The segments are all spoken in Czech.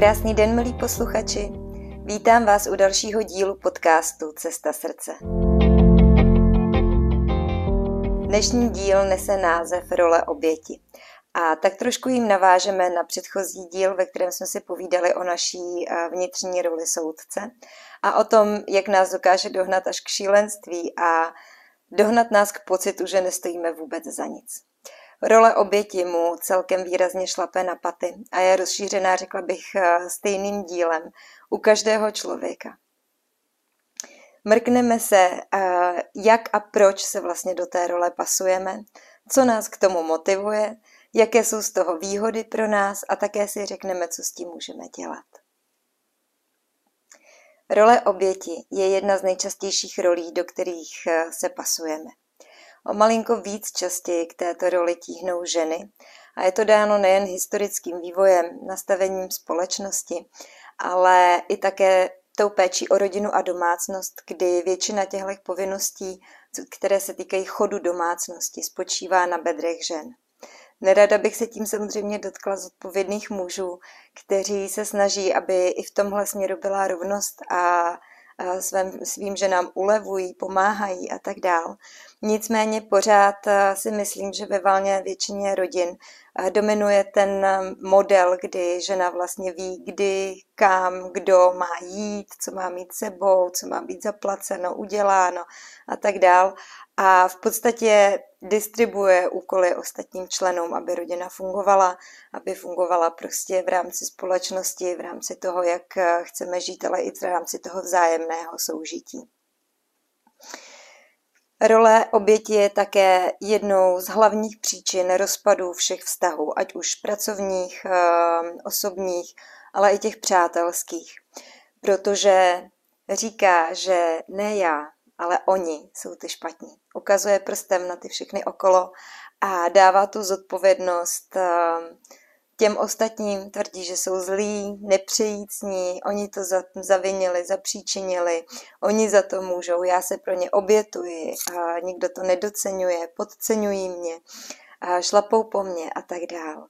Krásný den, milí posluchači. Vítám vás u dalšího dílu podcastu Cesta srdce. Dnešní díl nese název Role oběti. A tak trošku jim navážeme na předchozí díl, ve kterém jsme si povídali o naší vnitřní roli soudce a o tom, jak nás dokáže dohnat až k šílenství a dohnat nás k pocitu, že nestojíme vůbec za nic. Role oběti mu celkem výrazně šlape na paty a je rozšířená, řekla bych, stejným dílem u každého člověka. Mrkneme se, jak a proč se vlastně do té role pasujeme, co nás k tomu motivuje, jaké jsou z toho výhody pro nás a také si řekneme, co s tím můžeme dělat. Role oběti je jedna z nejčastějších rolí, do kterých se pasujeme. O malinko víc častěji k této roli tíhnou ženy a je to dáno nejen historickým vývojem, nastavením společnosti, ale i také tou péčí o rodinu a domácnost, kdy většina těchto povinností, které se týkají chodu domácnosti, spočívá na bedrech žen. Nerada bych se tím samozřejmě dotkla zodpovědných mužů, kteří se snaží, aby i v tomhle směru byla rovnost a svým ženám ulevují, pomáhají a tak dál. Nicméně pořád si myslím, že ve valné většině rodin dominuje ten model, kdy žena vlastně ví, kdy, kam, kdo má jít, co má mít sebou, co má být zaplaceno, uděláno a tak dál. A v podstatě distribuuje úkoly ostatním členům, aby rodina fungovala, aby fungovala prostě v rámci společnosti, v rámci toho, jak chceme žít, ale i v rámci toho vzájemného soužití. Role oběti je také jednou z hlavních příčin rozpadů všech vztahů, ať už pracovních, osobních, ale i těch přátelských. Protože říká, že ne já, ale oni jsou ty špatní. Ukazuje prstem na ty všechny okolo a dává tu zodpovědnost těm ostatním, tvrdí, že jsou zlí, nepřejícní, oni to zavinili, zapříčinili, oni za to můžou, já se pro ně obětuji, a nikdo to nedoceňuje, podceňují mě, a šlapou po mně a tak dál.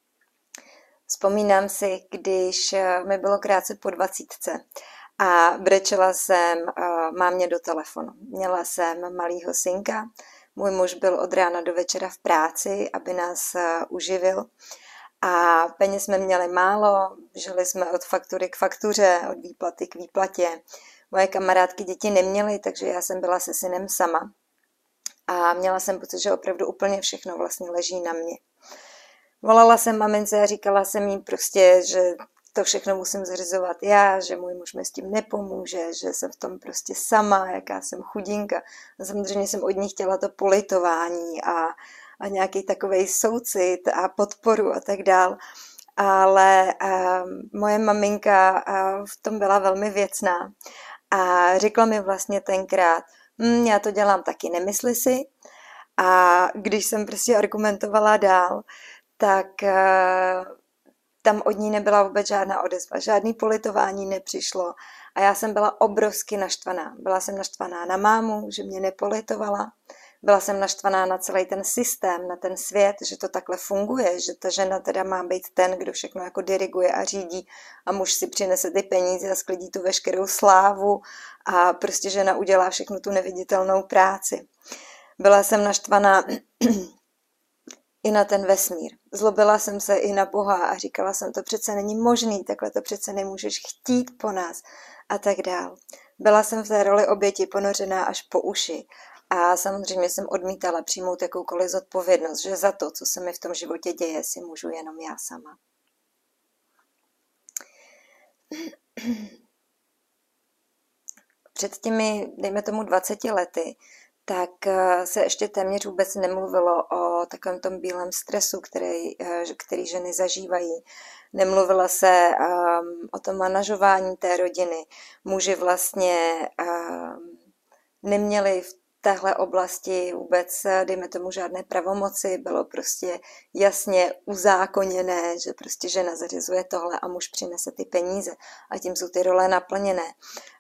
Vzpomínám si, když mi bylo krátce po 20 a brečela jsem mámě do telefonu. Měla jsem malýho synka, můj muž byl od rána do večera v práci, aby nás uživil. A peněz jsme měli málo, žili jsme od faktury k faktuře, od výplaty k výplatě. Moje kamarádky děti neměly, takže já jsem byla se synem sama. A měla jsem pocit, že opravdu úplně všechno vlastně leží na mě. Volala jsem mamince a říkala jsem jí prostě, že to všechno musím zřizovat já, že můj muž mi s tím nepomůže, že jsem v tom prostě sama, jaká jsem chudinka. A samozřejmě jsem od ní chtěla to politování a nějaký takovej soucit a podporu a tak dál. Ale moje maminka v tom byla velmi věcná a řekla mi vlastně tenkrát, já to dělám taky, nemysli si. A když jsem prostě argumentovala dál, tak tam od ní nebyla vůbec žádná odezva, žádný politování nepřišlo a já jsem byla obrovsky naštvaná. Byla jsem naštvaná na mámu, že mě nepolitovala. Byla jsem naštvaná na celý ten systém, na ten svět, že to takhle funguje, že ta žena teda má být ten, kdo všechno jako diriguje a řídí a muž si přinese ty peníze a sklidí tu veškerou slávu a prostě žena udělá všechno tu neviditelnou práci. Byla jsem naštvaná i na ten vesmír. Zlobila jsem se i na Boha a říkala jsem, to přece není možný, takhle to přece nemůžeš chtít po nás a tak dál. Byla jsem v té roli oběti ponořená až po uši. A samozřejmě jsem odmítala přijmout jakoukoliv zodpovědnost, že za to, co se mi v tom životě děje, si můžu jenom já sama. Před těmi, dejme tomu 20 lety, tak se ještě téměř vůbec nemluvilo o takovém tom bílém stresu, který ženy zažívají. Nemluvilo se o tom manažování té rodiny. Muži vlastně neměli v téhle oblasti vůbec, dejme tomu, žádné pravomoci, bylo prostě jasně uzákoněné, že prostě žena zařizuje tohle a muž přinese ty peníze a tím jsou ty role naplněné.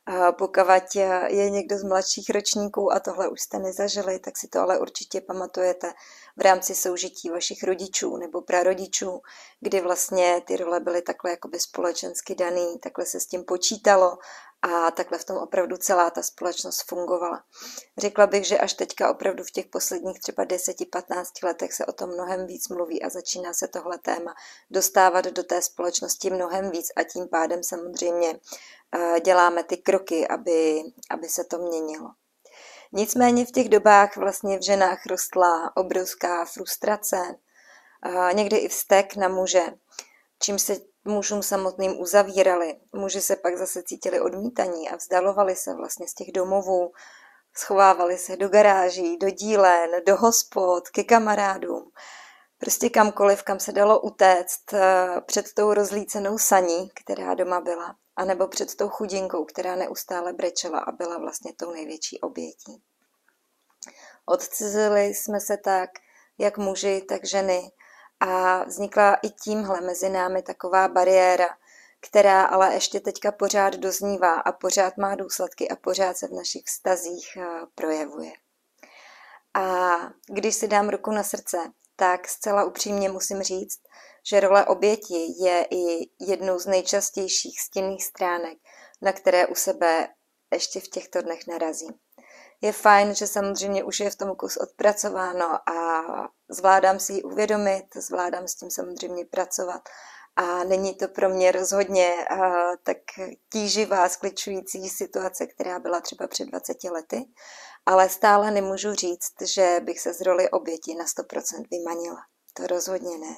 Pokud je někdo z mladších ročníků a tohle už jste nezažili, tak si to ale určitě pamatujete v rámci soužití vašich rodičů nebo prarodičů, kdy vlastně ty role byly takhle jakoby společensky daný, takhle se s tím počítalo a takhle v tom opravdu celá ta společnost fungovala. Řekla bych, že až teďka opravdu v těch posledních třeba 10-15 letech se o tom mnohem víc mluví a začíná se tohle téma dostávat do té společnosti mnohem víc a tím pádem samozřejmě děláme ty kroky, aby se to měnilo. Nicméně v těch dobách vlastně v ženách rostla obrovská frustrace, někdy i vztek na muže, čím se mužům samotným uzavírali. Muži se pak zase cítili odmítaní a vzdalovali se vlastně z těch domovů, schovávali se do garáží, do dílen, do hospod, ke kamarádům. Prostě kamkoliv, kam se dalo utéct před tou rozlícenou saní, která doma byla, anebo před tou chudinkou, která neustále brečela a byla vlastně tou největší obětí. Odcizili jsme se tak, jak muži, tak ženy, a vznikla i tímhle mezi námi taková bariéra, která ale ještě teďka pořád doznívá a pořád má důsledky a pořád se v našich vztazích projevuje. A když si dám ruku na srdce, tak zcela upřímně musím říct, že role oběti je i jednou z nejčastějších stinných stránek, na které u sebe ještě v těchto dnech narazím. Je fajn, že samozřejmě už je v tom kus odpracováno a zvládám si ji uvědomit, zvládám s tím samozřejmě pracovat a není to pro mě rozhodně tak tíživá, skličující situace, která byla třeba před 20 lety, ale stále nemůžu říct, že bych se z roli oběti na 100% vymanila. To rozhodně ne.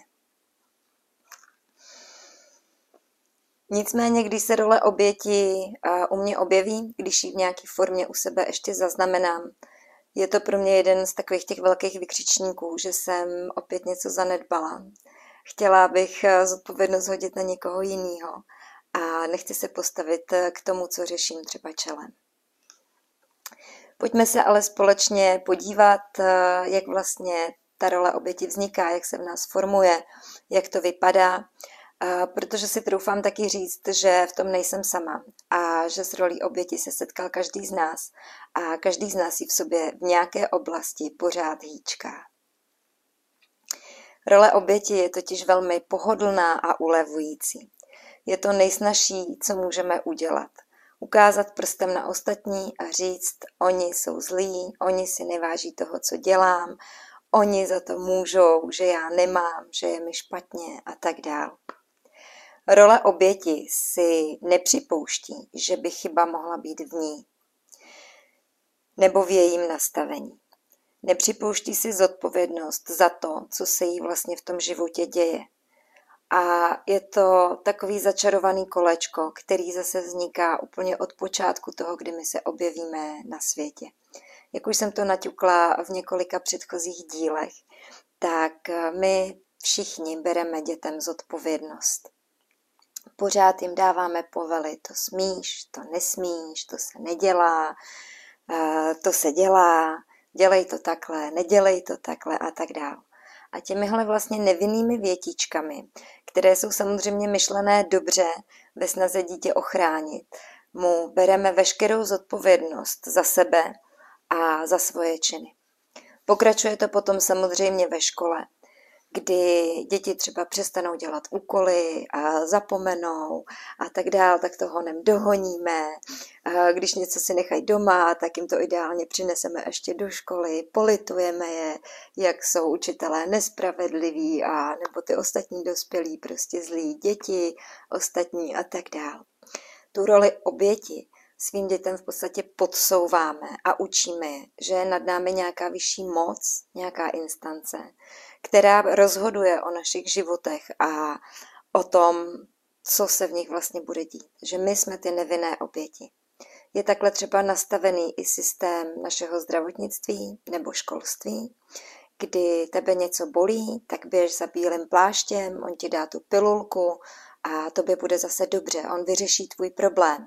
Nicméně, když se role oběti u mě objeví, když ji v nějaké formě u sebe ještě zaznamenám, je to pro mě jeden z takových těch velkých vykřičníků, že jsem opět něco zanedbala. Chtěla bych zodpovědnost hodit na někoho jiného a nechci se postavit k tomu, co řeším třeba čelem. Pojďme se ale společně podívat, jak vlastně ta role oběti vzniká, jak se v nás formuje, jak to vypadá, protože si troufám taky říct, že v tom nejsem sama a že s rolí oběti se setkal každý z nás a každý z nás ji v sobě v nějaké oblasti pořád hýčká. Role oběti je totiž velmi pohodlná a ulevující. Je to nejsnazší, co můžeme udělat. Ukázat prstem na ostatní a říct, oni jsou zlí, oni si neváží toho, co dělám, oni za to můžou, že já nemám, že je mi špatně a tak dál. Role oběti si nepřipouští, že by chyba mohla být v ní nebo v jejím nastavení. Nepřipouští si zodpovědnost za to, co se jí vlastně v tom životě děje. A je to takový začarovaný kolečko, který zase vzniká úplně od počátku toho, kdy my se objevíme na světě. Jak už jsem to naťukla v několika předchozích dílech, tak my všichni bereme dětem zodpovědnost. Pořád jim dáváme povely, to smíš, to nesmíš, to se nedělá, to se dělá, dělej to takhle, nedělej to takhle a tak dál. A těmihle vlastně nevinnými větičkami, které jsou samozřejmě myšlené dobře ve snaze dítě ochránit, mu bereme veškerou zodpovědnost za sebe a za svoje činy. Pokračuje to potom samozřejmě ve škole, kdy děti třeba přestanou dělat úkoly a zapomenou a tak dál, tak to honem dohoníme. Když něco si nechají doma, tak jim to ideálně přineseme ještě do školy, politujeme je, jak jsou učitelé nespravedliví a nebo ty ostatní dospělí prostě zlí děti, ostatní a tak dál. Tu roli oběti svým dětem v podstatě podsouváme a učíme je, že je nad námi nějaká vyšší moc, nějaká instance, která rozhoduje o našich životech a o tom, co se v nich vlastně bude dít. Že my jsme ty nevinné oběti. Je takhle třeba nastavený i systém našeho zdravotnictví nebo školství, kdy tebe něco bolí, tak běž za bílým pláštěm, on ti dá tu pilulku a tobě bude zase dobře, on vyřeší tvůj problém.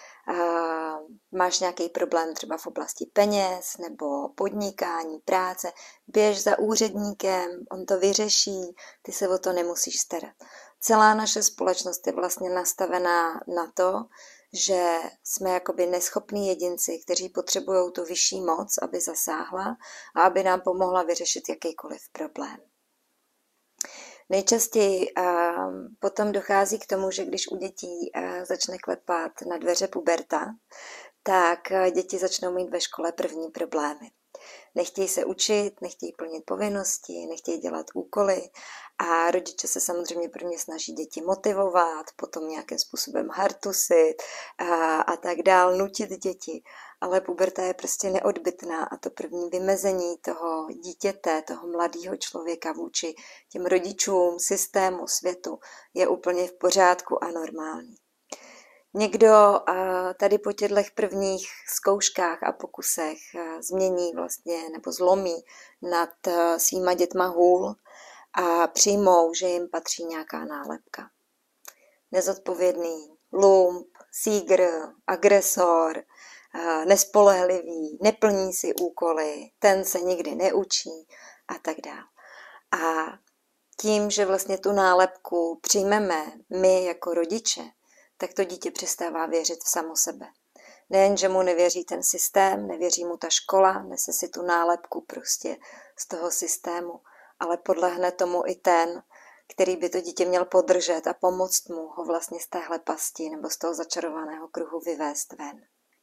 Máš nějaký problém třeba v oblasti peněz nebo podnikání, práce, běž za úředníkem, on to vyřeší, ty se o to nemusíš starat. Celá naše společnost je vlastně nastavená na to, že jsme jakoby neschopní jedinci, kteří potřebují tu vyšší moc, aby zasáhla a aby nám pomohla vyřešit jakýkoliv problém. Nejčastěji potom dochází k tomu, že když u dětí začne klepat na dveře puberta, tak děti začnou mít ve škole první problémy. Nechtějí se učit, nechtějí plnit povinnosti, nechtějí dělat úkoly a rodiče se samozřejmě prvně snaží děti motivovat, potom nějakým způsobem hartusit a tak dál, nutit děti. Ale puberta je prostě neodbytná a to první vymezení toho dítěte, toho mladého člověka vůči těm rodičům, systému, světu je úplně v pořádku a normální. Někdo tady po těchto prvních zkouškách a pokusech změní vlastně nebo zlomí nad svýma dětma hůl a přijmou, že jim patří nějaká nálepka. Nezodpovědný, lump, sígr, agresor, nespolehlivý, neplní si úkoly, ten se nikdy neučí a tak dále. A tím, že vlastně tu nálepku přijmeme my jako rodiče, tak to dítě přestává věřit v samo sebe. Nejen, že mu nevěří ten systém, nevěří mu ta škola, nese si tu nálepku prostě z toho systému, ale podlehne tomu i ten, který by to dítě měl podržet a pomoct mu ho vlastně z téhle pasti nebo z toho začarovaného kruhu vyvést ven.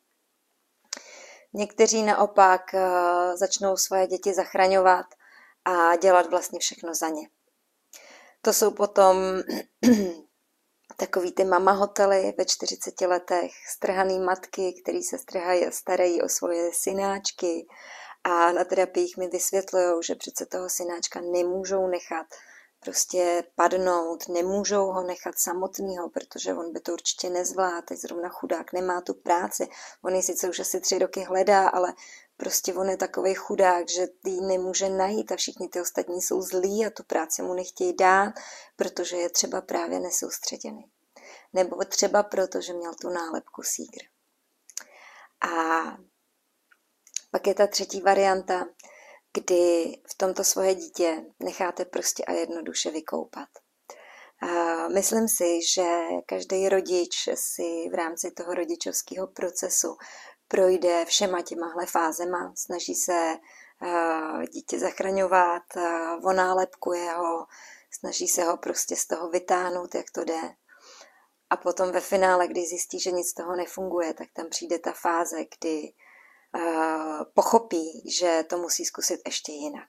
Někteří naopak začnou svoje děti zachraňovat a dělat vlastně všechno za ně. To jsou potom takový ty mama hotely ve 40 letech, strhaný matky, který se starají o svoje synáčky a na terapiích mi vysvětlují, že přece toho synáčka nemůžou nechat prostě padnout, nemůžou ho nechat samotného, protože on by to určitě nezvládl, teď zrovna chudák nemá tu práci, on ji sice už asi 3 roky hledá, ale prostě on je takovej chudák, že ji nemůže najít a všichni ty ostatní jsou zlí a tu práci mu nechtějí dát, protože je třeba právě nesoustředěný. Nebo třeba proto, že měl tu nálepku sígr. A pak je ta třetí varianta, kdy v tomto svoje dítě necháte prostě a jednoduše vykoupat. Myslím si, že každý rodič si v rámci toho rodičovského procesu projde všema těmahle fázema, snaží se dítě zachraňovat, onálepkuje ho, snaží se ho prostě z toho vytáhnout, jak to jde. A potom ve finále, kdy zjistí, že nic z toho nefunguje, tak tam přijde ta fáze, kdy pochopí, že to musí zkusit ještě jinak.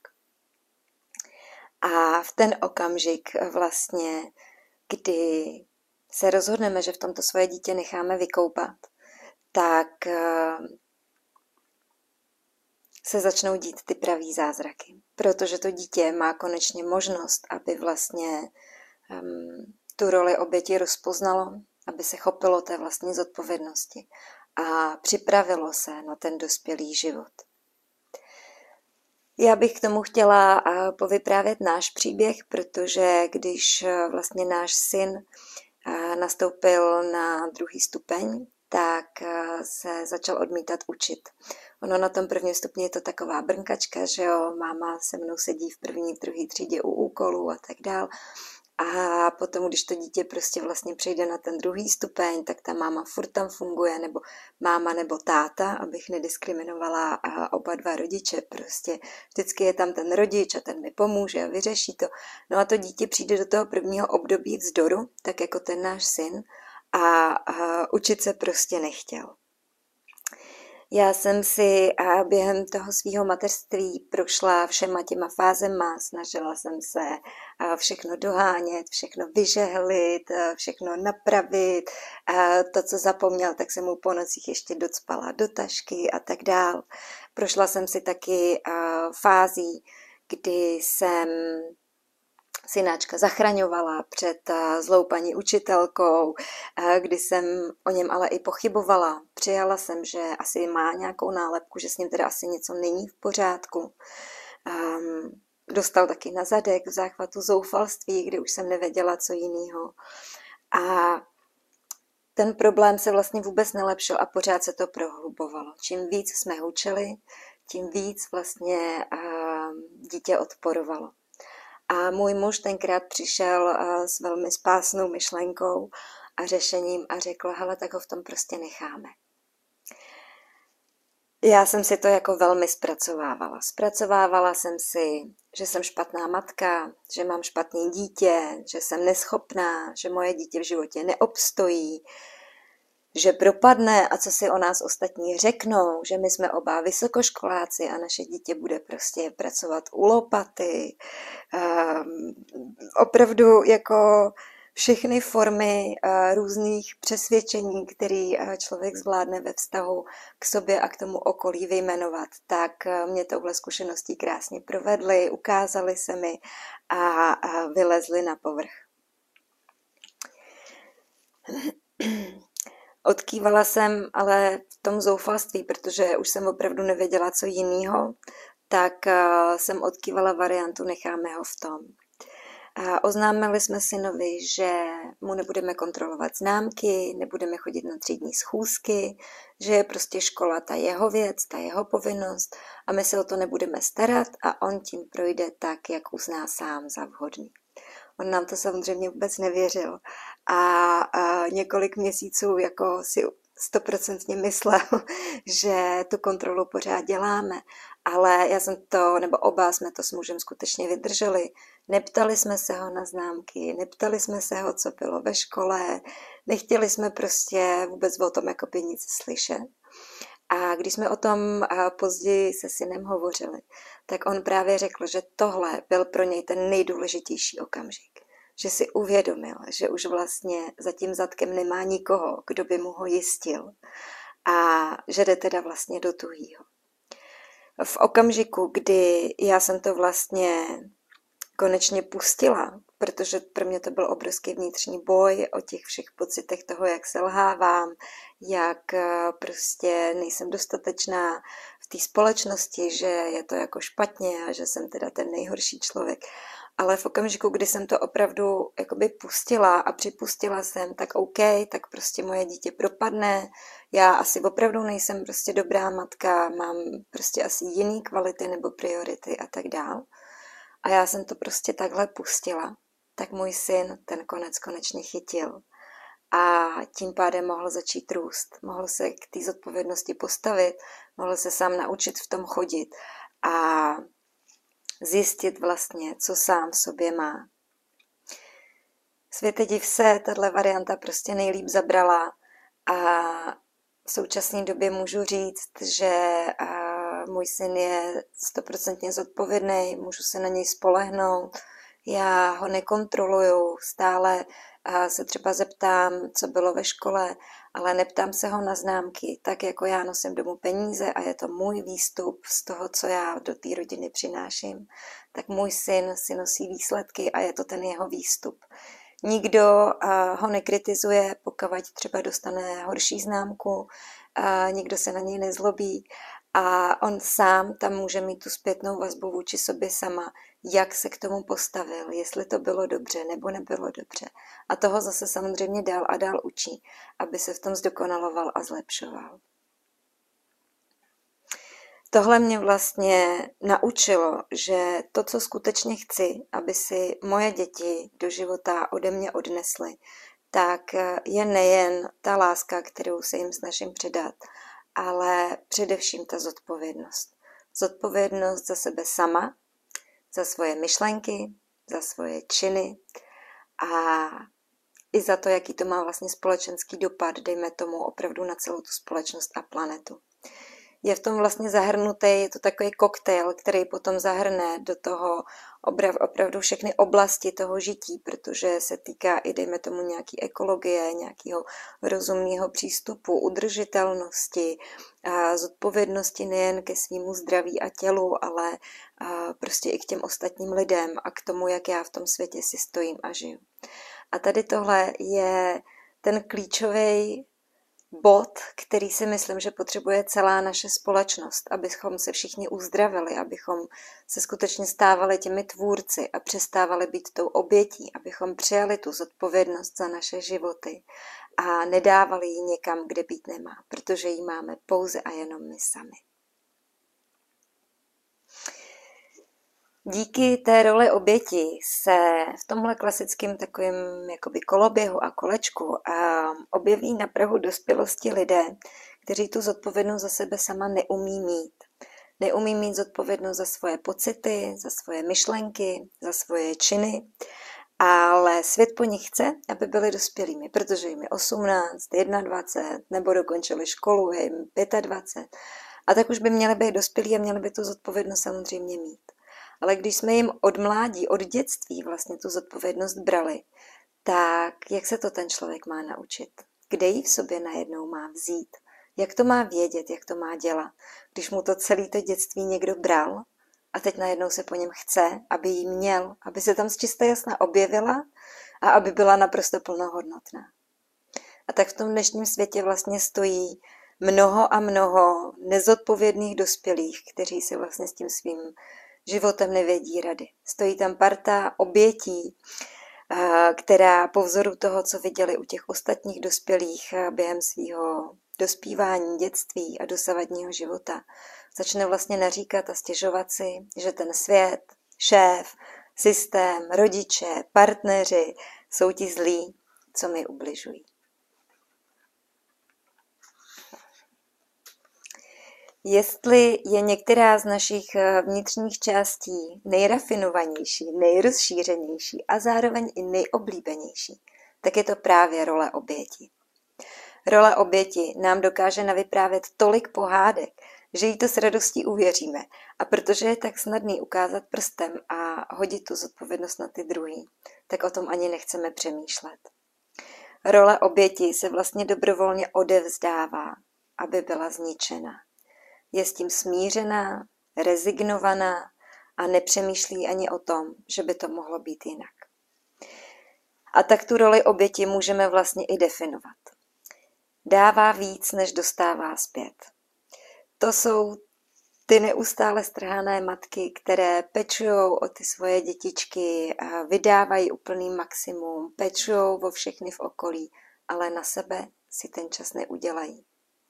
A v ten okamžik vlastně, kdy se rozhodneme, že v tomto svoje dítě necháme vykoupat, tak se začnou dít ty pravý zázraky. Protože to dítě má konečně možnost, aby vlastně tu roli oběti rozpoznalo, aby se chopilo té vlastní zodpovědnosti a připravilo se na ten dospělý život. Já bych k tomu chtěla povyprávět náš příběh, protože když vlastně náš syn nastoupil na 2. stupeň, tak se začal odmítat učit. Ono na tom 1. stupni je to taková brnkačka, že jo, máma se mnou sedí v 1., 2. třídě u úkolů a tak dál. A potom, když to dítě prostě vlastně přejde na ten 2. stupeň, tak ta máma furt tam funguje, nebo máma nebo táta, abych nediskriminovala oba dva rodiče. Prostě vždycky je tam ten rodič a ten mi pomůže a vyřeší to. No a to dítě přijde do toho 1. období vzdoru, tak jako ten náš syn, a učit se prostě nechtěl. Já jsem si během toho svého mateřství prošla všema těma fázema, snažila jsem se všechno dohánět, všechno vyžehlit, všechno napravit. To, co zapomněl, tak jsem mu po nocích ještě docpala do tašky a tak dál. Prošla jsem si taky fází, kdy jsem synáčka zachraňovala před zlou paní učitelkou, kdy jsem o něm ale i pochybovala. Přijala jsem, že asi má nějakou nálepku, že s ním teda asi něco není v pořádku. Dostal taky na zadek v záchvatu zoufalství, kde už jsem nevěděla, co jinýho. A ten problém se vlastně vůbec nelepšil a pořád se to prohlubovalo. Čím víc jsme hučeli, tím víc vlastně dítě odporovalo. A můj muž tenkrát přišel s velmi spásnou myšlenkou a řešením a řekl, hele, tak ho v tom prostě necháme. Já jsem si to jako velmi zpracovávala. Zpracovávala jsem si, že jsem špatná matka, že mám špatný dítě, že jsem neschopná, že moje dítě v životě neobstojí, že propadne a co si o nás ostatní řeknou, že my jsme oba vysokoškoláci a naše dítě bude prostě pracovat u lopaty. Opravdu jako všechny formy různých přesvědčení, které člověk zvládne ve vztahu k sobě a k tomu okolí vyjmenovat, tak mě touhle zkušeností krásně provedly, ukázaly se mi a vylezly na povrch. Odkývala jsem ale v tom zoufalství, protože už jsem opravdu nevěděla, co jinýho, tak jsem odkývala variantu necháme ho v tom. Oznámili jsme synovi, že mu nebudeme kontrolovat známky, nebudeme chodit na třídní schůzky, že je prostě škola ta jeho věc, ta jeho povinnost a my se o to nebudeme starat a on tím projde tak, jak uzná sám za vhodný. On nám to samozřejmě vůbec nevěřil a několik měsíců jako si 100% myslel, že tu kontrolu pořád děláme, ale já jsem to, nebo oba jsme to s mužem skutečně vydrželi. Neptali jsme se ho na známky, neptali jsme se ho, co bylo ve škole, nechtěli jsme prostě vůbec o tom jakoby nic slyšet. A když jsme o tom později se synem hovořili, tak on právě řekl, že tohle byl pro něj ten nejdůležitější okamžik. Že si uvědomil, že už vlastně za tím zadkem nemá nikoho, kdo by mu ho jistil a že jde teda vlastně do tuhýho. V okamžiku, kdy já jsem to vlastně konečně pustila, protože pro mě to byl obrovský vnitřní boj o těch všech pocitech toho, jak selhávám, jak prostě nejsem dostatečná v té společnosti, že je to jako špatně a že jsem teda ten nejhorší člověk. Ale v okamžiku, kdy jsem to opravdu jakoby pustila a připustila jsem, tak OK, tak prostě moje dítě propadne, já asi opravdu nejsem prostě dobrá matka, mám prostě asi jiný kvality nebo priority a tak dál. A já jsem to prostě takhle pustila, tak můj syn ten konec konečně chytil. A tím pádem mohl začít růst, mohl se k té zodpovědnosti postavit, mohl se sám naučit v tom chodit a zjistit vlastně, co sám v sobě má. Světe div se, tahle varianta prostě nejlíp zabrala a v současné době můžu říct, že můj syn je 100% zodpovědný, můžu se na něj spolehnout, já ho nekontroluju, stále se třeba zeptám, co bylo ve škole, ale neptám se ho na známky, tak jako já nosím domů peníze a je to můj výstup z toho, co já do té rodiny přináším, tak můj syn si nosí výsledky a je to ten jeho výstup. Nikdo ho nekritizuje, pokud třeba dostane horší známku, nikdo se na něj nezlobí a on sám tam může mít tu zpětnou vazbu vůči sobě sama, jak se k tomu postavil, jestli to bylo dobře nebo nebylo dobře. A toho zase samozřejmě dál a dál učí, aby se v tom zdokonaloval a zlepšoval. Tohle mě vlastně naučilo, že to, co skutečně chci, aby si moje děti do života ode mě odnesly, tak je nejen ta láska, kterou se jim snažím předat, ale především ta zodpovědnost. Zodpovědnost za sebe sama, za svoje myšlenky, za svoje činy a i za to, jaký to má vlastně společenský dopad, dejme tomu opravdu na celou tu společnost a planetu. Je v tom vlastně zahrnutý, je to takový koktejl, který potom zahrne do toho opravdu všechny oblasti toho žití, protože se týká i, dejme tomu, nějaký ekologie, nějakého rozumného přístupu, udržitelnosti, zodpovědnosti nejen ke svému zdraví a tělu, ale prostě i k těm ostatním lidem a k tomu, jak já v tom světě si stojím a žiju. A tady tohle je ten klíčový bod, který si myslím, že potřebuje celá naše společnost, abychom se všichni uzdravili, abychom se skutečně stávali těmi tvůrci a přestávali být tou obětí, abychom přijali tu zodpovědnost za naše životy a nedávali ji někam, kde být nemá, protože ji máme pouze a jenom my sami. Díky té roli oběti se v tomhle klasickém takovém jakoby koloběhu a kolečku objeví na prahu dospělosti lidé, kteří tu zodpovědnost za sebe sama neumí mít. Neumí mít zodpovědnost za svoje pocity, za svoje myšlenky, za svoje činy, ale svět po nich chce, aby byli dospělými, protože jim je 18, 21, nebo dokončili školu, je jim 25. A tak už by měli být dospělí a měli by tu zodpovědnost samozřejmě mít. Ale když jsme jim od mládí, od dětství vlastně tu zodpovědnost brali, tak jak se to ten člověk má naučit? Kde ji v sobě najednou má vzít? Jak to má vědět, jak to má dělat? Když mu to celé to dětství někdo bral a teď najednou se po něm chce, aby ji měl, aby se tam z čisté jasna objevila a aby byla naprosto plnohodnotná. A tak v tom dnešním světě vlastně stojí mnoho a mnoho nezodpovědných dospělých, kteří si vlastně s tím svým životem nevědí rady. Stojí tam parta obětí, která po vzoru toho, co viděli u těch ostatních dospělých během svého dospívání, dětství a dosavadního života, začne vlastně naříkat a stěžovat si, že ten svět, šéf, systém, rodiče, partneři jsou ti zlí, co mi ubližují. Jestli je některá z našich vnitřních částí nejrafinovanější, nejrozšířenější a zároveň i nejoblíbenější, tak je to právě role oběti. Role oběti nám dokáže navyprávět tolik pohádek, že jí to s radostí uvěříme. A protože je tak snadný ukázat prstem a hodit tu zodpovědnost na ty druhý, tak o tom ani nechceme přemýšlet. Role oběti se vlastně dobrovolně odevzdává, aby byla zničena. Je s tím smířená, rezignovaná a nepřemýšlí ani o tom, že by to mohlo být jinak. A tak tu roli oběti můžeme vlastně i definovat. Dává víc, než dostává zpět. To jsou ty neustále strhané matky, které pečujou o ty svoje dětičky, a vydávají úplný maximum, pečujou o všechny v okolí, ale na sebe si ten čas neudělají.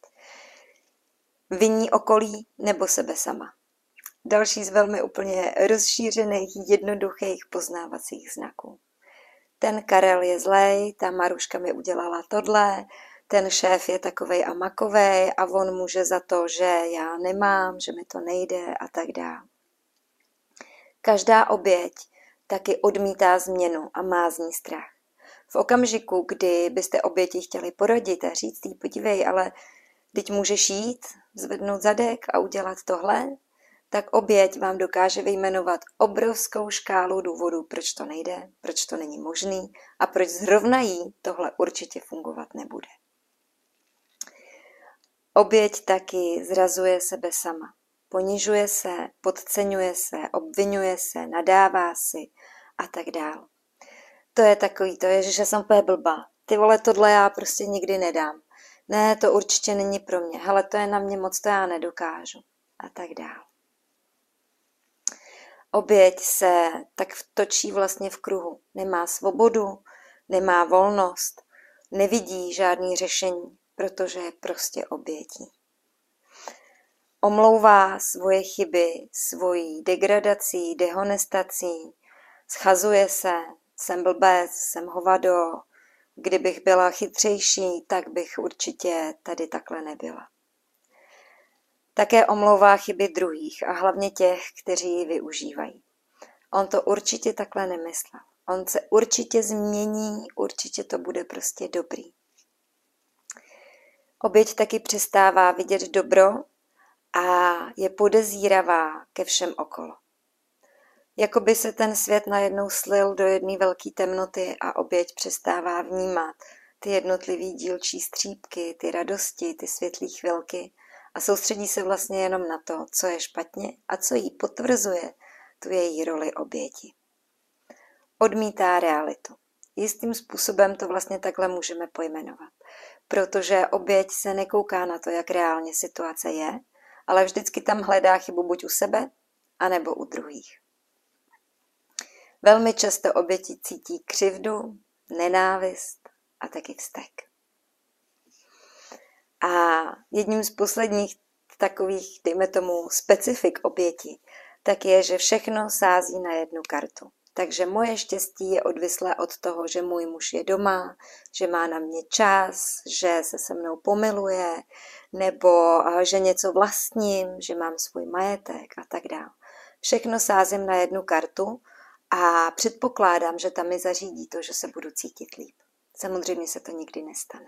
Viní okolí nebo sebe sama. Další z velmi úplně rozšířených, jednoduchých poznávacích znaků. Ten Karel je zlej, ta Maruška mi udělala tohle, ten šéf je takovej a makovej a on může za to, že já nemám, že mi to nejde a tak dále. Každá oběť taky odmítá změnu a má z ní strach. V okamžiku, kdy byste oběti chtěli poradit a říct jí, podívej, ale teď můžeš jít, zvednout zadek a udělat tohle, tak oběť vám dokáže vyjmenovat obrovskou škálu důvodů, proč to nejde, proč to není možný a proč zrovna jí tohle určitě fungovat nebude. Oběť taky zrazuje sebe sama. Ponižuje se, podceňuje se, obvinuje se, nadává si a tak dál. To je takový, to je, že jsem úplně blbá. Ty vole, tohle já prostě nikdy nedám. Ne, to určitě není pro mě. Hele, to je na mě moc, to já nedokážu. A tak dál. Oběť se tak točí vlastně v kruhu. Nemá svobodu, nemá volnost, nevidí žádný řešení, protože je prostě obětí. Omlouvá svoje chyby, svojí degradací, dehonestací, schazuje se, jsem blbec, jsem hovado, kdybych byla chytřejší, tak bych určitě tady takhle nebyla. Také omlouvá chyby druhých a hlavně těch, kteří ji využívají. On to určitě takhle nemyslel. On se určitě změní, určitě to bude prostě dobrý. Oběť taky přestává vidět dobro a je podezíravá ke všem okolo. Jakoby se ten svět najednou slil do jedné velké temnoty a oběť přestává vnímat ty jednotlivý dílčí střípky, ty radosti, ty světlé chvilky a soustředí se vlastně jenom na to, co je špatně a co jí potvrzuje tu její roli oběti. Odmítá realitu. Jistým způsobem to vlastně takhle můžeme pojmenovat, protože oběť se nekouká na to, jak reálně situace je, ale vždycky tam hledá chybu buď u sebe, anebo u druhých. Velmi často oběti cítí křivdu, nenávist a taky vztek. A jedním z posledních takových, dejme tomu, specifik oběti, tak je, že všechno sází na jednu kartu. Takže moje štěstí je odvislé od toho, že můj muž je doma, že má na mě čas, že se mnou pomiluje, nebo že něco vlastním, že mám svůj majetek a tak dále. Všechno sázím na jednu kartu a předpokládám, že tam mi zařídí to, že se budu cítit líp. Samozřejmě se to nikdy nestane.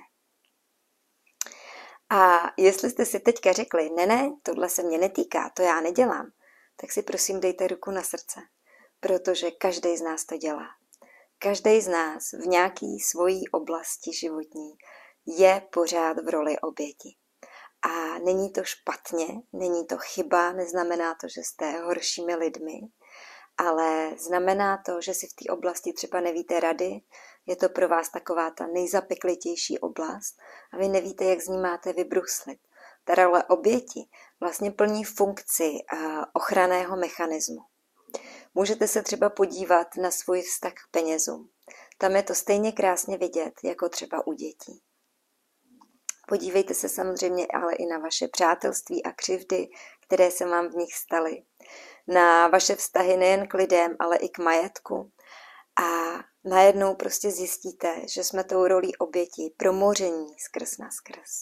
A jestli jste si teďka řekli, ne, tohle se mě netýká, to já nedělám, tak si prosím dejte ruku na srdce, protože každý z nás to dělá. Každý z nás v nějaké svojí oblasti životní je pořád v roli oběti. A není to špatně, není to chyba, neznamená to, že jste horšími lidmi, ale znamená to, že si v té oblasti třeba nevíte rady, je to pro vás taková ta nejzapeklitější oblast a vy nevíte, jak z ní máte vybruslit. Ta role oběti vlastně plní funkci ochranného mechanismu. Můžete se třeba podívat na svůj vztah k penězům. Tam je to stejně krásně vidět, jako třeba u dětí. Podívejte se samozřejmě ale i na vaše přátelství a křivdy, které se vám v nich staly. Na vaše vztahy nejen k lidem, ale i k majetku. A najednou prostě zjistíte, že jsme tou rolí oběti promoření skrz na skrz.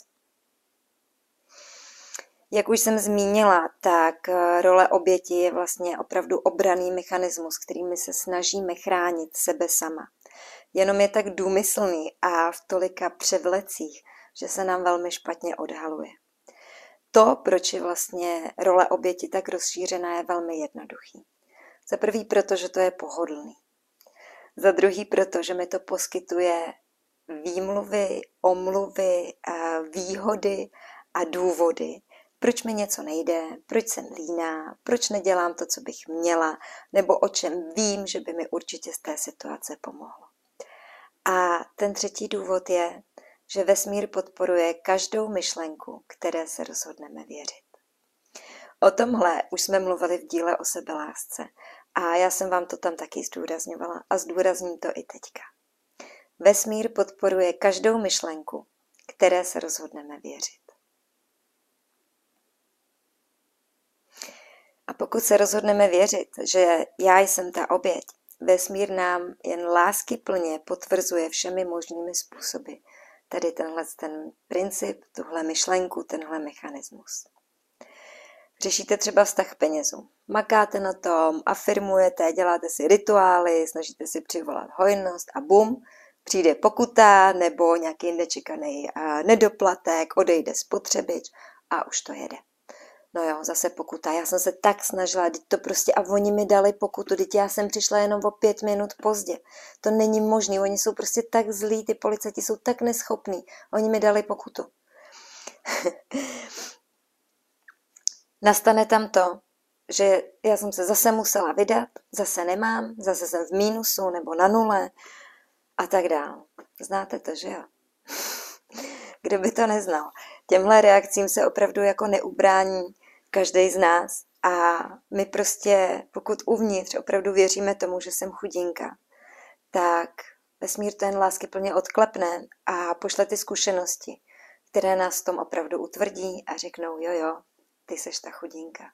Jak už jsem zmínila, tak role oběti je vlastně opravdu obranný mechanismus, kterými se snažíme chránit sebe sama. Jenom je tak důmyslný a v tolika převlecích, že se nám velmi špatně odhaluje. To, proč je vlastně role oběti tak rozšířená, je velmi jednoduchý. Za prvý proto, že to je pohodlný. Za druhý proto, že mi to poskytuje výmluvy, omluvy, výhody a důvody, proč mi něco nejde, proč jsem líná, proč nedělám to, co bych měla, nebo o čem vím, že by mi určitě z té situace pomohlo. A ten třetí důvod je, že vesmír podporuje každou myšlenku, které se rozhodneme věřit. O tomhle už jsme mluvili v díle o sebelásce a já jsem vám to tam taky zdůrazňovala a zdůrazním to i teďka. Vesmír podporuje každou myšlenku, které se rozhodneme věřit. A pokud se rozhodneme věřit, že já jsem ta oběť, vesmír nám jen láskyplně potvrzuje všemi možnými způsoby tady ten princip, tuhle myšlenku, tenhle mechanismus. Řešíte třeba vztah k penězům. Makáte na tom, afirmujete, děláte si rituály, snažíte si přivolat hojnost a bum, přijde pokuta nebo nějaký nečekaný nedoplatek, odejde spotřebič a už to jede. No jo, zase pokuta. Já jsem se tak snažila, teď to prostě a oni mi dali pokutu, teď já jsem přišla jenom o 5 minut pozdě. To není možné, oni jsou prostě tak zlí, ty policajti jsou tak neschopní, oni mi dali pokutu. Nastane tam to, že já jsem se zase musela vydat, zase nemám, zase jsem v mínusu nebo na nule a tak dál. Znáte to, že jo? Kdo by to neznal? Těmhle reakcím se opravdu jako neubrání každý z nás a my prostě, pokud uvnitř opravdu věříme tomu, že jsem chudinka, tak vesmír to jen láskyplně odklepne a pošle ty zkušenosti, které nás v tom opravdu utvrdí a řeknou, jo, ty seš ta chudinka.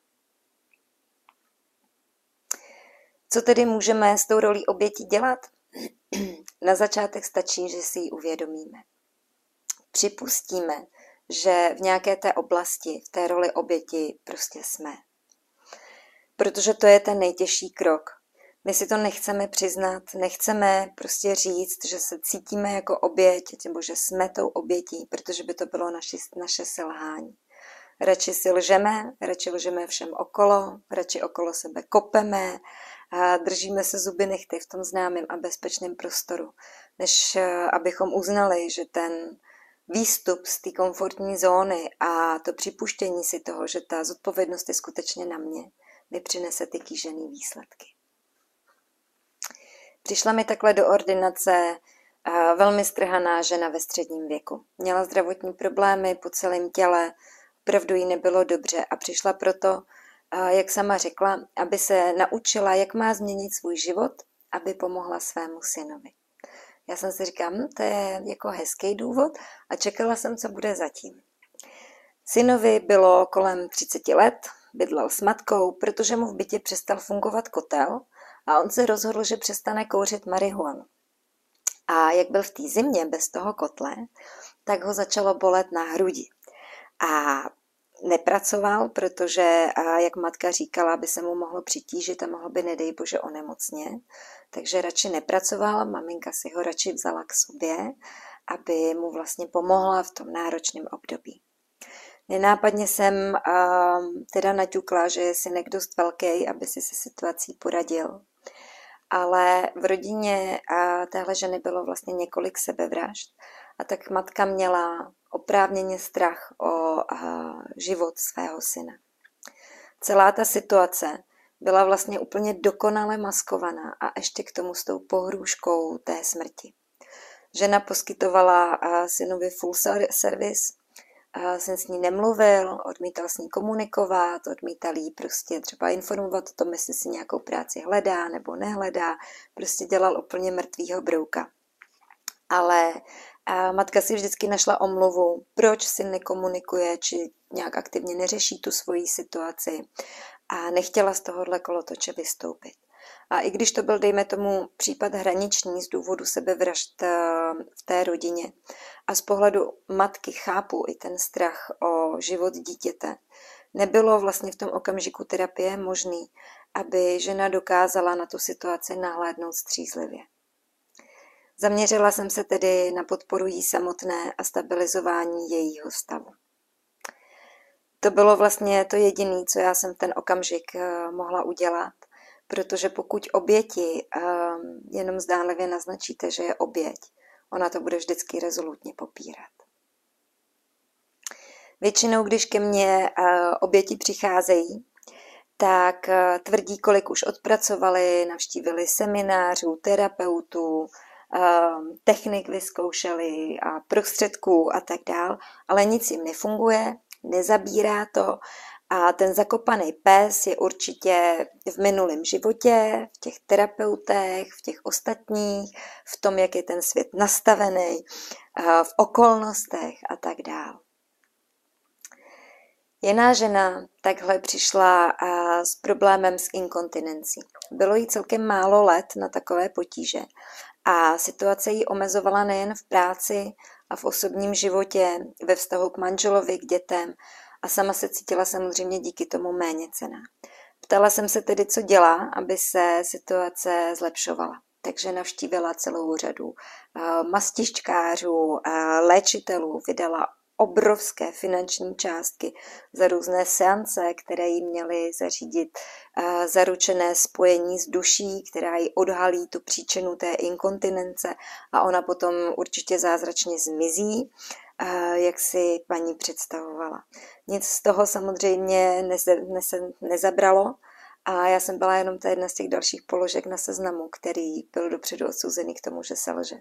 Co tedy můžeme s tou rolí oběti dělat? Na začátek stačí, že si ji uvědomíme. Připustíme, že v nějaké té oblasti, v té roli oběti prostě jsme. Protože to je ten nejtěžší krok. My si to nechceme přiznat, nechceme prostě říct, že se cítíme jako oběť, nebo že jsme tou obětí, protože by to bylo naše selhání. Radši si lžeme, radši lžeme všem okolo, radši okolo sebe kopeme a držíme se zuby nehty v tom známém a bezpečném prostoru, než abychom uznali, že ten výstup z té komfortní zóny a to připuštění si toho, že ta zodpovědnost je skutečně na mě, mi přinese ty kýžený výsledky. Přišla mi takhle do ordinace velmi strhaná žena ve středním věku. Měla zdravotní problémy po celém těle, opravdu jí nebylo dobře a přišla proto, jak sama řekla, aby se naučila, jak má změnit svůj život, aby pomohla svému synovi. Já jsem si říkala, to je jako hezký důvod a čekala jsem, co bude zatím. Synovi bylo kolem 30 let, bydlel s matkou, protože mu v bytě přestal fungovat kotel a on se rozhodl, že přestane kouřit marihuanu. A jak byl v té zimě bez toho kotle, tak ho začalo bolet na hrudi. A nepracoval, protože, jak matka říkala, by se mu mohlo přitížit a mohlo by, nedej bože, onemocnět. Takže radši nepracoval, maminka si ho radši vzala k sobě, aby mu vlastně pomohla v tom náročném období. Nenápadně jsem teda naťukla, že je synek dost velký, aby si se situací poradil. Ale v rodině téhle ženy bylo vlastně několik sebevražd a tak matka měla oprávněně strach o život svého syna. Celá ta situace byla vlastně úplně dokonale maskovaná a ještě k tomu s tou pohrůžkou té smrti. Žena poskytovala synovi full service, syn s ní nemluvil, odmítal s ní komunikovat, odmítal jí prostě třeba informovat o tom, jestli si nějakou práci hledá nebo nehledá, prostě dělal úplně mrtvýho brouka. Ale matka si vždycky našla omluvu, proč syn nekomunikuje, či nějak aktivně neřeší tu svoji situaci a nechtěla z tohohle kolotoče vystoupit. A i když to byl, dejme tomu, případ hraniční z důvodu sebevražd v té rodině a z pohledu matky chápu i ten strach o život dítěte, nebylo vlastně v tom okamžiku terapie možný, aby žena dokázala na tu situaci nahlédnout střízlivě. Zaměřila jsem se tedy na podporu jí samotné a stabilizování jejího stavu. To bylo vlastně to jediné, co já jsem v ten okamžik mohla udělat, protože pokud oběti jenom zdánlivě naznačíte, že je oběť, ona to bude vždycky rezolutně popírat. Většinou, když ke mně oběti přicházejí, tak tvrdí, kolik už odpracovali, navštívili seminářů, terapeutů, technik vyzkoušeli a prostředků a tak dál, ale nic jim nefunguje, nezabírá to a ten zakopaný pes je určitě v minulém životě, v těch terapeutech, v těch ostatních, v tom, jak je ten svět nastavený, v okolnostech a tak dál. Jiná žena takhle přišla s problémem s inkontinencí. Bylo jí celkem málo let na takové potíže a situace jí omezovala nejen v práci a v osobním životě, ve vztahu k manželovi, k dětem a sama se cítila samozřejmě díky tomu méněcenná. Ptala jsem se tedy, co dělá, aby se situace zlepšovala. Takže navštívila celou řadu mastičkářů, léčitelů, vydala obrovské finanční částky za různé seance, které jí měly zařídit zaručené spojení s duší, která jí odhalí tu příčinu té inkontinence a ona potom určitě zázračně zmizí, jak si paní představovala. Nic z toho samozřejmě nezabralo a já jsem byla jenom ta jedna z těch dalších položek na seznamu, který byl dopředu odsouzený k tomu, že selže.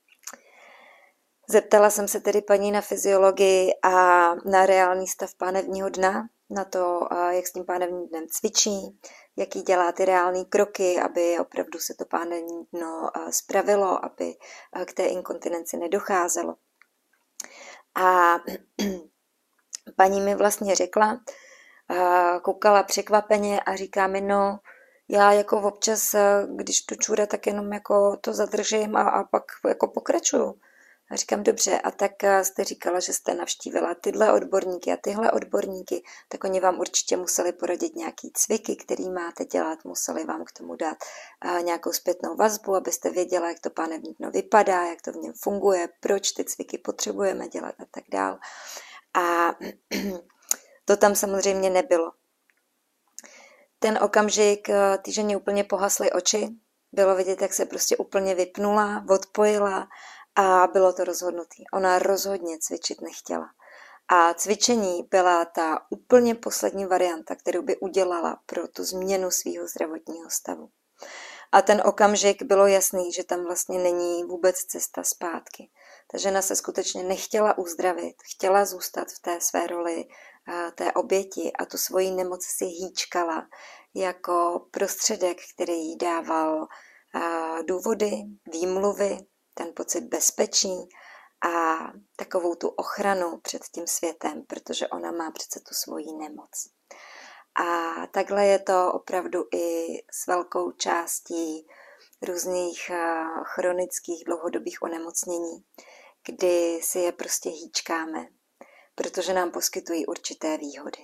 Zeptala jsem se tedy paní na fyziologii a na reálný stav pánevního dna, na to, jak s tím pánevním dnem cvičí, jaký dělá ty reální kroky, aby opravdu se to pánevní dno spravilo, aby k té inkontinenci nedocházelo. A paní mi vlastně řekla, koukala překvapeně a říká mi, no, já jako občas, když tu čůra, tak jenom jako to zadržím a pak jako pokračuju. A říkám, dobře, a tak jste říkala, že jste navštívila tyhle odborníky a tyhle odborníky, tak oni vám určitě museli poradit nějaký cviky, který máte dělat, museli vám k tomu dát nějakou zpětnou vazbu, abyste věděla, jak to pánevní dno vypadá, jak to v něm funguje, proč ty cviky potřebujeme dělat a tak dál. A to tam samozřejmě nebylo. Ten okamžik ty ženě úplně pohasly oči, bylo vidět, jak se prostě úplně vypnula, odpojila, a bylo to rozhodnutý. Ona rozhodně cvičit nechtěla. A cvičení byla ta úplně poslední varianta, kterou by udělala pro tu změnu svého zdravotního stavu. A ten okamžik bylo jasný, že tam vlastně není vůbec cesta zpátky. Ta žena se skutečně nechtěla uzdravit, chtěla zůstat v té své roli té oběti a tu svoji nemoc si hýčkala jako prostředek, který jí dával důvody, výmluvy, ten pocit bezpečí a takovou tu ochranu před tím světem, protože ona má přece tu svoji nemoc. A takhle je to opravdu i s velkou částí různých chronických dlouhodobých onemocnění, kdy si je prostě hýčkáme, protože nám poskytují určité výhody.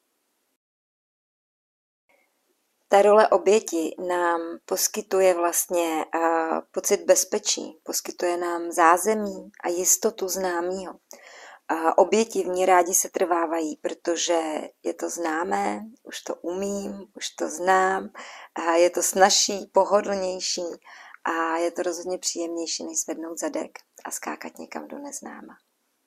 Ta role oběti nám poskytuje vlastně pocit bezpečí, poskytuje nám zázemí a jistotu známého. Oběti v ní rádi se trvávají, protože je to známé, už to umím, už to znám, je to snazší, pohodlnější a je to rozhodně příjemnější, než zvednout zadek a skákat někam do neznáma.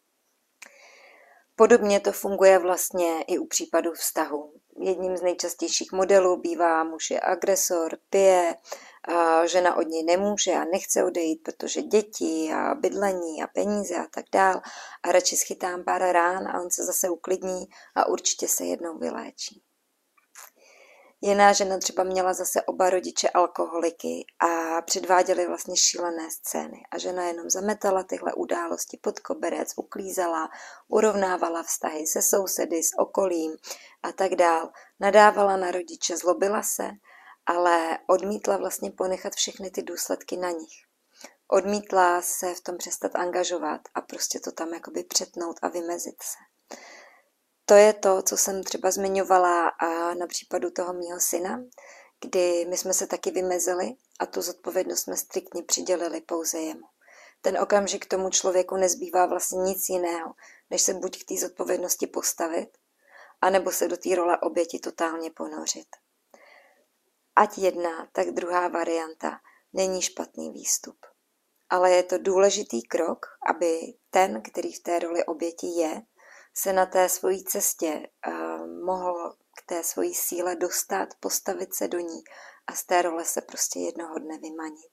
Podobně to funguje vlastně i u případů vztahu. Jedním z nejčastějších modelů bývá muž je agresor, pije, žena od něj nemůže a nechce odejít, protože děti a bydlení a peníze a tak dál a radši schytám pár rán a on se zase uklidní a určitě se jednou vyléčí. Jiná žena třeba měla zase oba rodiče alkoholiky a předváděli vlastně šílené scény. A žena jenom zametala tyhle události pod koberec, uklízela, urovnávala vztahy se sousedy, s okolím a tak dál. Nadávala na rodiče, zlobila se, ale odmítla vlastně ponechat všechny ty důsledky na nich. Odmítla se v tom přestat angažovat a prostě to tam jakoby přetnout a vymezit se. To je to, co jsem třeba zmiňovala na případu toho mýho syna, kdy my jsme se taky vymezili a tu zodpovědnost jsme striktně přidělili pouze jemu. Ten okamžik tomu člověku nezbývá vlastně nic jiného, než se buď k té zodpovědnosti postavit, anebo se do té role oběti totálně ponořit. Ať jedna, tak druhá varianta není špatný výstup. Ale je to důležitý krok, aby ten, který v té roli oběti je, se na té svojí cestě mohl k té svojí síle dostat, postavit se do ní a z té role se prostě jednoho dne vymanit.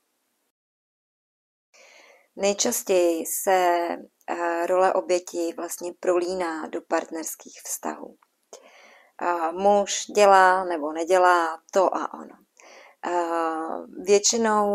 Nejčastěji se role oběti vlastně prolíná do partnerských vztahů. Muž dělá nebo nedělá to a ono. Většinou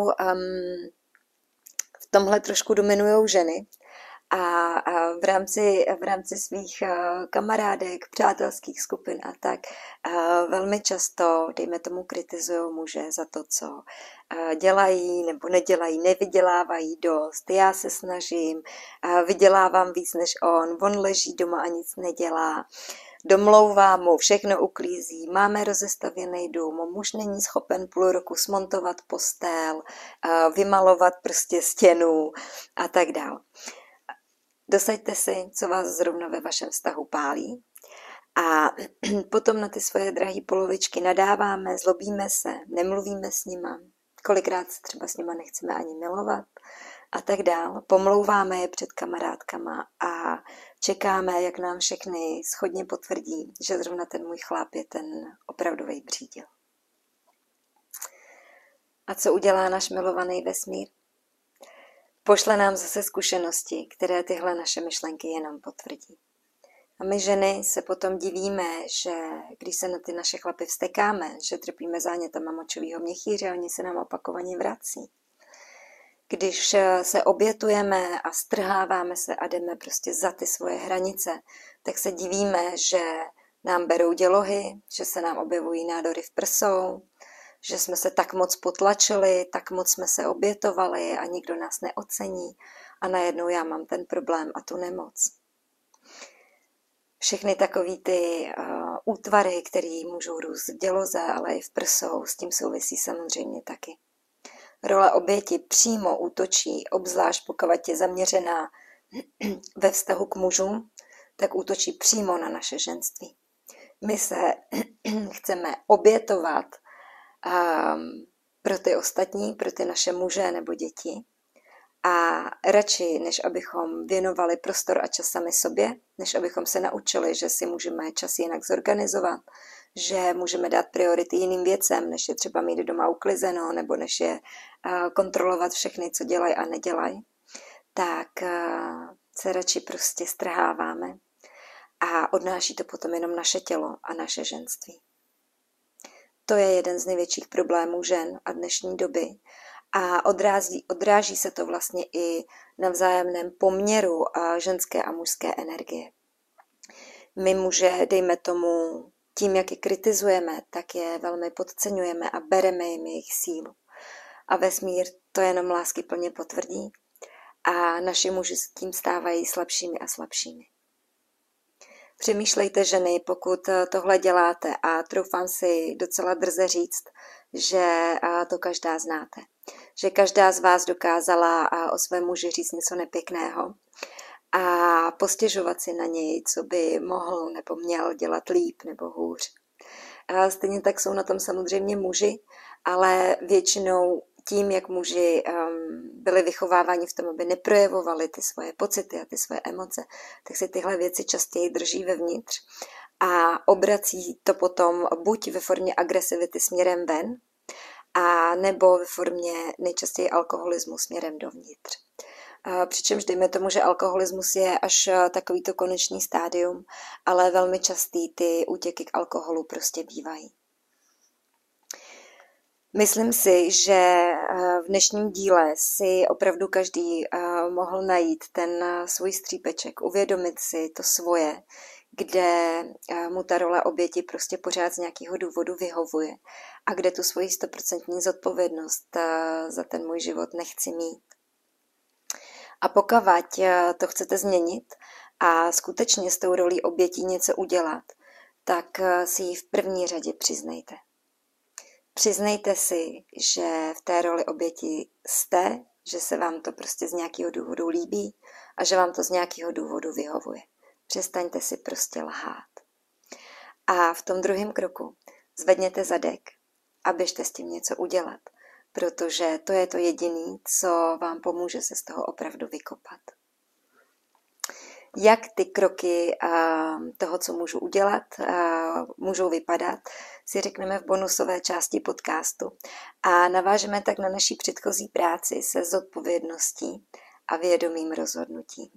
v tomhle trošku dominují ženy, a v rámci svých kamarádek, přátelských skupin a tak velmi často, dejme tomu, kritizují muže za to, co dělají nebo nedělají, nevydělávají dost, já se snažím, vydělávám víc než on leží doma a nic nedělá, domlouvá mu, všechno uklízí, máme rozestavěný dům, muž není schopen půl roku smontovat postel, vymalovat prostě stěnu a tak dále. Dosaďte si, co vás zrovna ve vašem vztahu pálí a potom na ty svoje drahé polovičky nadáváme, zlobíme se, nemluvíme s nima, kolikrát se třeba s nima nechceme ani milovat a tak dál. Pomlouváme je před kamarádkama a čekáme, jak nám všechny shodně potvrdí, že zrovna ten můj chlap je ten opravdový břídil. A co udělá náš milovaný vesmír? Pošle nám zase zkušenosti, které tyhle naše myšlenky jenom potvrdí. A my ženy se potom divíme, že když se na ty naše chlapy vztekáme, že trpíme zánětama močového měchýře, oni se nám opakovaně vrací. Když se obětujeme a strháváme se a jdeme prostě za ty svoje hranice, tak se divíme, že nám berou dělohy, že se nám objevují nádory v prsou, že jsme se tak moc potlačili, tak moc jsme se obětovali a nikdo nás neocení a najednou já mám ten problém a tu nemoc. Všechny takový ty útvary, které můžou růst v děloze, ale i v prsou, s tím souvisí samozřejmě taky. Role oběti přímo útočí, obzvlášť pokud je zaměřená ve vztahu k mužům, tak útočí přímo na naše ženství. My se chceme obětovat pro ty ostatní, pro ty naše muže nebo děti. A radši, než abychom věnovali prostor a čas sami sobě, než abychom se naučili, že si můžeme čas jinak zorganizovat, že můžeme dát priority jiným věcem, než je třeba mít doma uklizeno, nebo než je kontrolovat všechny, co dělají a nedělají, tak se radši prostě strháváme a odnáší to potom jenom naše tělo a naše ženství. To je jeden z největších problémů žen a dnešní doby a odráží se to vlastně i na vzájemném poměru ženské a mužské energie. My muže, dejme tomu, Tím, jak je kritizujeme, tak je velmi podceňujeme a bereme jim jejich sílu. A vesmír to jenom láskyplně potvrdí a naši muži s tím stávají slabšími a slabšími. Přemýšlejte, ženy, pokud tohle děláte, a troufám si docela drze říct, že to každá znáte. Že každá z vás dokázala o svém muži říct něco nepěkného a postěžovat si na něj, co by mohl nebo měl dělat líp nebo hůř. A stejně tak jsou na tom samozřejmě muži, ale většinou tím, jak muži byli vychováváni v tom, aby neprojevovali ty svoje pocity a ty svoje emoce, tak si tyhle věci častěji drží vevnitř a obrací to potom buď ve formě agresivity směrem ven, a nebo ve formě nejčastěji alkoholismu směrem dovnitř. Přičemž dejme tomu, že alkoholismus je až takovýto konečný stádium, ale velmi častý ty útěky k alkoholu prostě bývají. Myslím si, že v dnešním díle si opravdu každý mohl najít ten svůj střípeček, uvědomit si to svoje, kde mu ta role oběti prostě pořád z nějakého důvodu vyhovuje a kde tu svoji 100% zodpovědnost za ten můj život nechci mít. A pokud to chcete změnit a skutečně s tou rolí obětí něco udělat, tak si ji v první řadě přiznejte. Přiznejte si, že v té roli oběti jste, že se vám to prostě z nějakého důvodu líbí a že vám to z nějakého důvodu vyhovuje. Přestaňte si prostě lhát. A v tom druhém kroku zvedněte zadek a běžte s tím něco udělat, protože to je to jediné, co vám pomůže se z toho opravdu vykopat. Jak ty kroky toho, co můžu udělat, můžou vypadat, si řekneme v bonusové části podcastu a navážeme tak na naší předchozí práci se zodpovědností a vědomým rozhodnutím.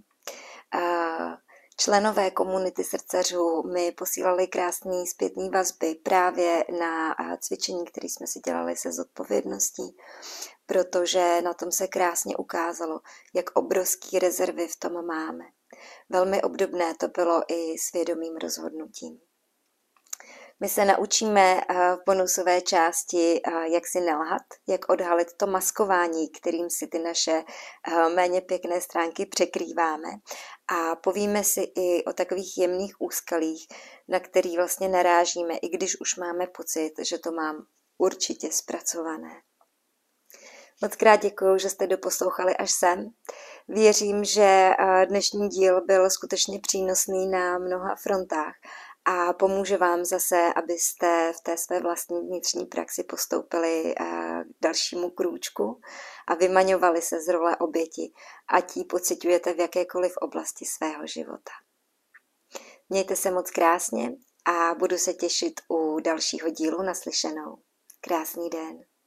Členové komunity srdcařů mi posílali krásné zpětné vazby právě na cvičení, které jsme si dělali se zodpovědností, protože na tom se krásně ukázalo, jak obrovský rezervy v tom máme. Velmi obdobné to bylo i s vědomým rozhodnutím. My se naučíme v bonusové části, jak si nelhat, jak odhalit to maskování, kterým si ty naše méně pěkné stránky překrýváme. A povíme si i o takových jemných úskalích, na který vlastně narážíme, i když už máme pocit, že to mám určitě zpracované. Mockrát děkuju, že jste doposlouchali až sem. Věřím, že dnešní díl byl skutečně přínosný na mnoha frontách a pomůže vám zase, abyste v té své vlastní vnitřní praxi postoupili k dalšímu krůčku a vymaňovali se z role oběti, ať ji pociťujete v jakékoliv oblasti svého života. Mějte se moc krásně a budu se těšit u dalšího dílu. Naslyšenou. Krásný den.